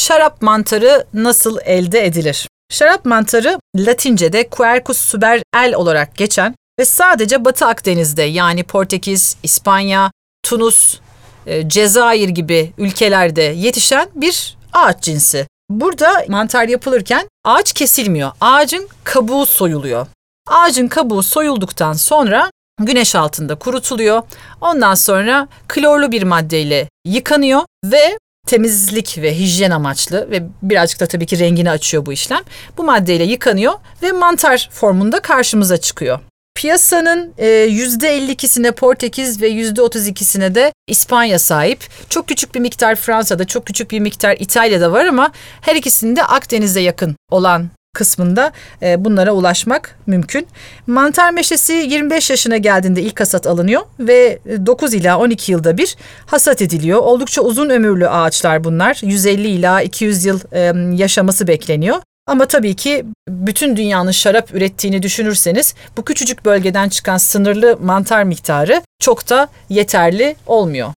şarap mantarı nasıl elde edilir? Şarap mantarı Latince'de Quercus suber-L olarak geçen ve sadece Batı Akdeniz'de yani Portekiz, İspanya, Tunus, Cezayir gibi ülkelerde yetişen bir ağaç cinsi. Burada mantar yapılırken ağaç kesilmiyor. Ağacın kabuğu soyuluyor. Ağacın kabuğu soyulduktan sonra güneş altında kurutuluyor. Ondan sonra klorlu bir maddeyle yıkanıyor ve temizlik ve hijyen amaçlı ve birazcık da tabii ki rengini açıyor bu işlem. Bu maddeyle yıkanıyor ve mantar formunda karşımıza çıkıyor. Piyasanın %52'sine Portekiz ve %32'sine de İspanya sahip. Çok küçük bir miktar Fransa'da, çok küçük bir miktar İtalya'da var ama her ikisinde Akdeniz'e yakın olan kısmında bunlara ulaşmak mümkün. Mantar meşesi 25 yaşına geldiğinde ilk hasat alınıyor ve 9 ila 12 yılda bir hasat ediliyor. Oldukça uzun ömürlü ağaçlar bunlar. 150 ila 200 yıl yaşaması bekleniyor. Ama tabii ki bütün dünyanın şarap ürettiğini düşünürseniz bu küçücük bölgeden çıkan sınırlı mantar miktarı çok da yeterli olmuyor.